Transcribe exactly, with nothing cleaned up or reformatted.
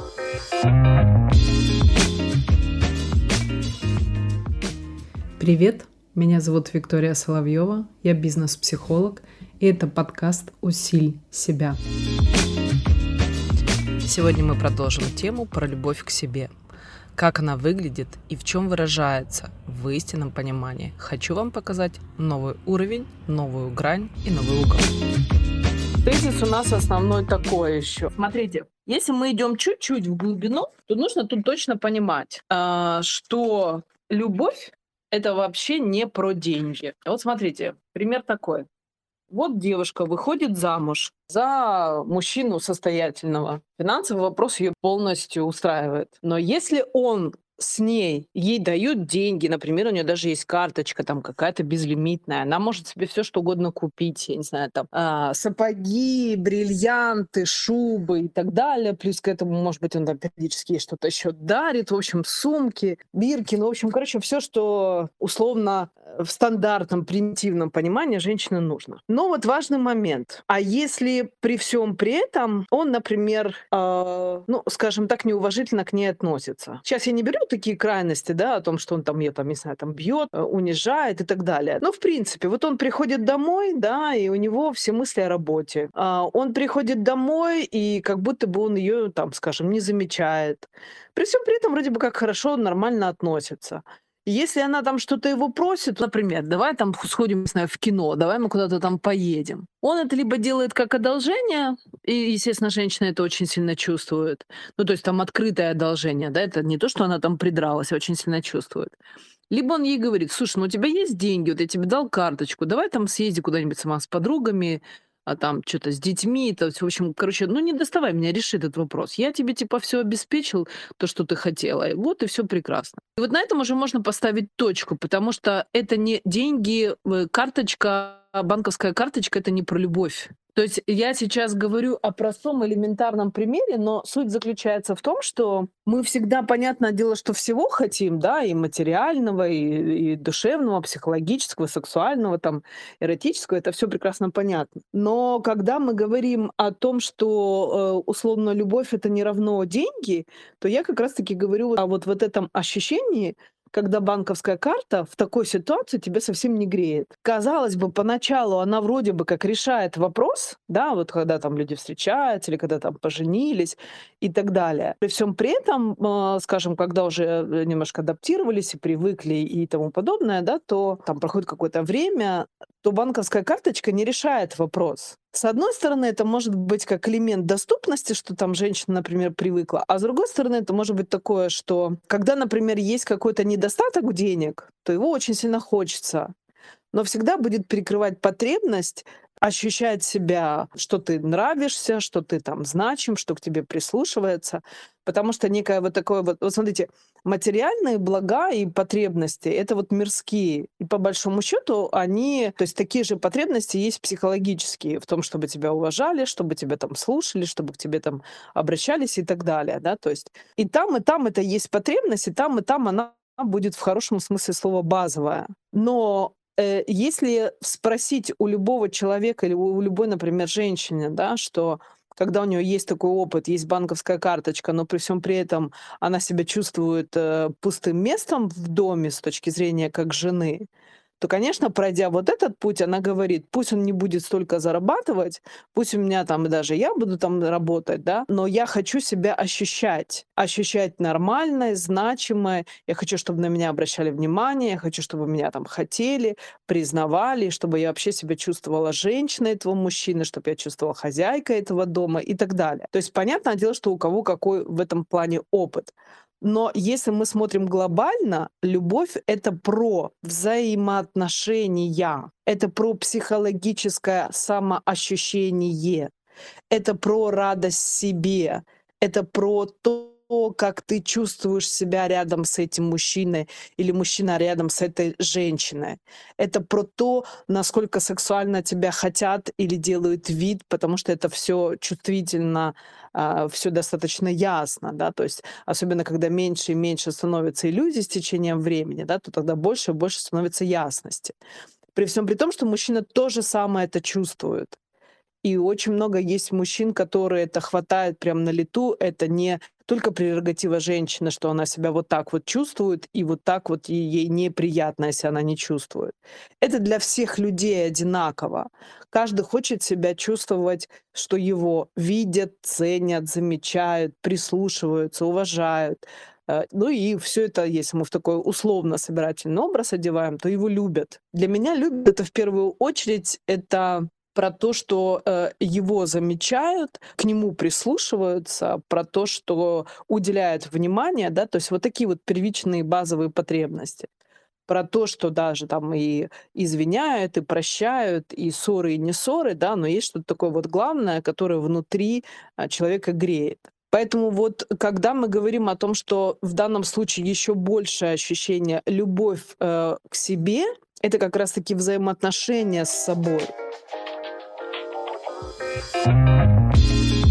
Привет, меня зовут Виктория Соловьева, я бизнес-психолог, и это подкаст «Усиль себя». Сегодня мы продолжим тему про любовь к себе. Как она выглядит и в чем выражается в истинном понимании. Хочу вам показать новый уровень, новую грань и новый угол. Тезис у нас основной такой еще. Смотрите, если мы идем чуть-чуть в глубину, то нужно тут точно понимать, что любовь — это вообще не про деньги. Вот смотрите, пример такой. Вот девушка выходит замуж за мужчину состоятельного. Финансовый вопрос ее полностью устраивает. Но если он с ней, ей дают деньги, например, у нее даже есть карточка там какая-то безлимитная, она может себе все что угодно купить, я не знаю, там а, сапоги, бриллианты, шубы и так далее. Плюс к этому, может быть, он там периодически ей что-то еще дарит, в общем, сумки, бирки, ну, в общем, короче, все, что условно в стандартном, примитивном понимании женщине нужно. Но вот важный момент. А если при всем при этом он, например, э, ну, скажем так, неуважительно к ней относится. Сейчас я не беру такие крайности, да, о том, что он там ее, там, не знаю, там бьет, унижает и так далее. Но, в принципе, вот он приходит домой, да, и у него все мысли о работе. А он приходит домой, и как будто бы он ее, там, скажем, не замечает. При всем при этом вроде бы как хорошо, нормально относится. Если она там что-то его просит, например, давай там сходим, не знаю, в кино, давай мы куда-то там поедем. Он это либо делает как одолжение, и, естественно, женщина это очень сильно чувствует. Ну, то есть там открытое одолжение, да, это не то, что она там придралась, а очень сильно чувствует. Либо он ей говорит: слушай, ну у тебя есть деньги, вот я тебе дал карточку, давай там съезди куда-нибудь сама с подругами, а там что-то с детьми, то есть, в общем, короче, ну не доставай меня, реши этот вопрос. Я тебе типа все обеспечил, то, что ты хотела, и вот и все прекрасно. И вот на этом уже можно поставить точку, потому что это не деньги, э, карточка, банковская карточка — это не про любовь. То есть я сейчас говорю о простом элементарном примере, но суть заключается в том, что мы всегда, понятное дело, что всего хотим, да, и материального, и, и душевного, психологического, сексуального, там, эротического, это все прекрасно понятно. Но когда мы говорим о том, что э, условно любовь — это не равно деньги, то я как раз-таки говорю о вот, вот этом ощущении, когда банковская карта в такой ситуации тебя совсем не греет. Казалось бы, поначалу она вроде бы как решает вопрос, да, вот когда там люди встречаются или когда там поженились и так далее. При всем при этом, э, скажем, когда уже э, немножко адаптировались и привыкли и тому подобное, да, то там проходит какое-то время, то банковская карточка не решает вопрос. С одной стороны, это может быть как элемент доступности, что там женщина, например, привыкла, а с другой стороны, это может быть такое, что когда, например, есть какой-то недостаток денег, то его очень сильно хочется, но всегда будет перекрывать потребность ощущать себя, что ты нравишься, что ты там значим, что к тебе прислушивается, потому что некое вот такое вот, вот смотрите, материальные блага и потребности — это вот мирские, и по большому счету они, то есть такие же потребности есть психологические, в том, чтобы тебя уважали, чтобы тебя там слушали, чтобы к тебе там обращались и так далее, да, то есть и там, и там это есть потребность, и там, и там она будет в хорошем смысле слова базовая. Но э, если спросить у любого человека или у любой, например, женщины, да, что когда у нее есть такой опыт, есть банковская карточка, но при всем при этом она себя чувствует э, пустым местом в доме с точки зрения как жены, то, конечно, пройдя вот этот путь, она говорит: пусть он не будет столько зарабатывать, пусть у меня там и даже я буду там работать, да, но я хочу себя ощущать, ощущать нормальной, значимой, я хочу, чтобы на меня обращали внимание, я хочу, чтобы меня там хотели, признавали, чтобы я вообще себя чувствовала женщиной этого мужчины, чтобы я чувствовала хозяйкой этого дома и так далее. То есть понятное дело, что у кого какой в этом плане опыт. Но если мы смотрим глобально, любовь — это про взаимоотношения, это про психологическое самоощущение, это про радость себе, это про то, как ты чувствуешь себя рядом с этим мужчиной или мужчина рядом с этой женщиной. Это про то, насколько сексуально тебя хотят или делают вид, потому что это все чувствительно, все достаточно ясно, да, то есть особенно когда меньше и меньше становится иллюзий с течением времени, да, то тогда больше и больше становится ясности. При всем при том, что мужчина тоже самое это чувствует. И очень много есть мужчин, которые это хватает прям на лету. Это не только прерогатива женщины, что она себя вот так вот чувствует, и вот так вот и ей неприятно, если она не чувствует. Это для всех людей одинаково. Каждый хочет себя чувствовать, что его видят, ценят, замечают, прислушиваются, уважают. Э, Ну и все это, если мы в такой условно-собирательный образ одеваем, то его любят. Для меня любят это в первую очередь, это про то, что э, его замечают, к нему прислушиваются, про то, что уделяют внимание, да, то есть вот такие вот первичные базовые потребности. Про то, что даже там и извиняют, и прощают, и ссоры, и не ссоры, да, но есть что-то такое вот главное, которое внутри а, человека греет. Поэтому вот когда мы говорим о том, что в данном случае еще большее ощущение любовь э, к себе, это как раз-таки взаимоотношения с собой.